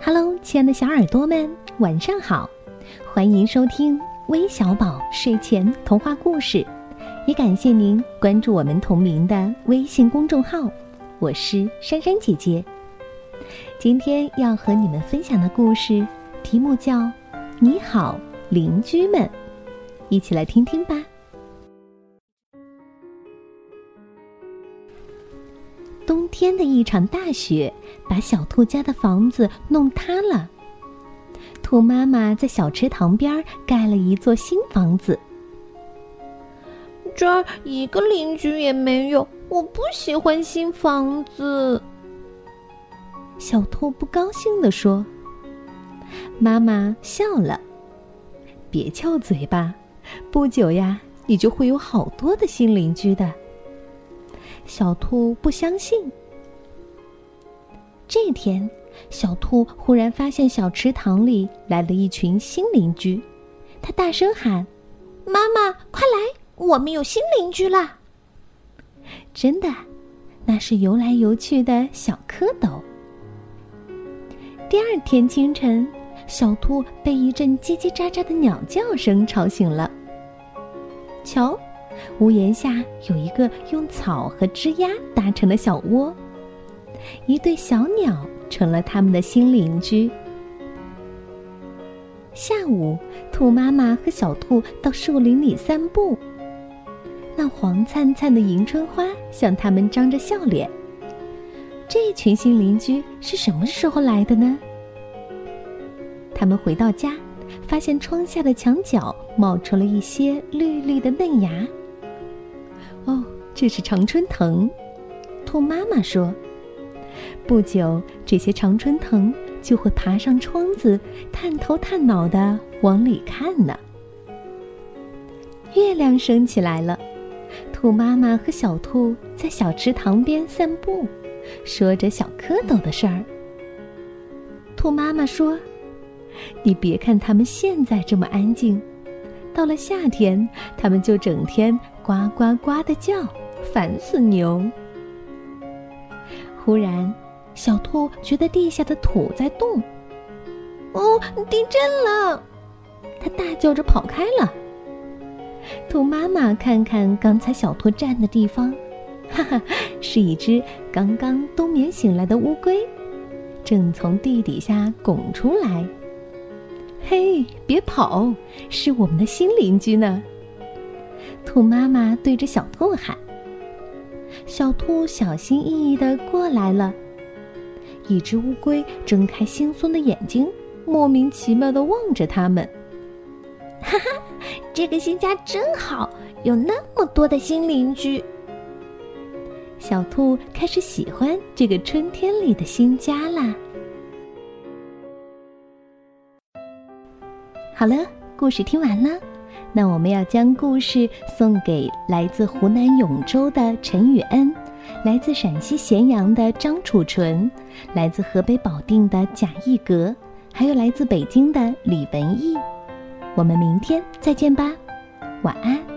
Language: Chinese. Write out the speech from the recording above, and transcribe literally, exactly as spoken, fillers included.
Hello， 亲爱的小耳朵们，晚上好！欢迎收听微小宝睡前童话故事，也感谢您关注我们同名的微信公众号。我是珊珊姐姐。今天要和你们分享的故事题目叫《你好，邻居们》，一起来听听吧。冬天的一场大雪把小兔家的房子弄塌了。兔妈妈在小池塘边盖了一座新房子。 这儿一个邻居也没有，我不喜欢新房子。 小兔不高兴地说。妈妈笑了，别翘嘴巴，不久呀，你就会有好多的新邻居的。小兔不相信。这天，小兔忽然发现小池塘里来了一群新邻居，他大声喊： 妈妈，快来，我们有新邻居啦！ 真的，那是游来游去的小蝌蚪。第二天清晨，小兔被一阵叽叽喳喳的鸟叫声吵醒了。瞧，屋檐下有一个用草和枝桠搭成的小窝，一对小鸟成了他们的新邻居。下午，兔妈妈和小兔到树林里散步，那黄灿灿的迎春花向他们张着笑脸。这群新邻居是什么时候来的呢？他们回到家，发现窗下的墙角冒出了一些绿绿的嫩芽。哦，这是常春藤，兔妈妈说。不久，这些常春藤就会爬上窗子，探头探脑地往里看呢。月亮升起来了，兔妈妈和小兔在小池塘边散步，说着小蝌蚪的事儿。兔妈妈说：你别看它们现在这么安静，到了夏天，它们就整天呱呱呱地叫，烦死牛。忽然，小兔觉得地下的土在动。 哦，地震了！ 它大叫着跑开了。兔妈妈看看刚才小兔站的地方，哈哈，是一只刚刚冬眠醒来的乌龟，正从地底下拱出来。嘿，别跑，是我们的新邻居呢！兔妈妈对着小兔喊。小兔小心翼翼地过来了。一只乌龟睁开惺忪的眼睛，莫名其妙地望着它们。 哈哈，这个新家真好，有那么多的新邻居。 小兔开始喜欢这个春天里的新家啦。好了，故事听完了，那我们要将故事送给来自湖南永州的陈雨恩，来自陕西咸阳的张楚纯，来自河北保定的贾一格，还有来自北京的李文义。我们明天再见吧，晚安。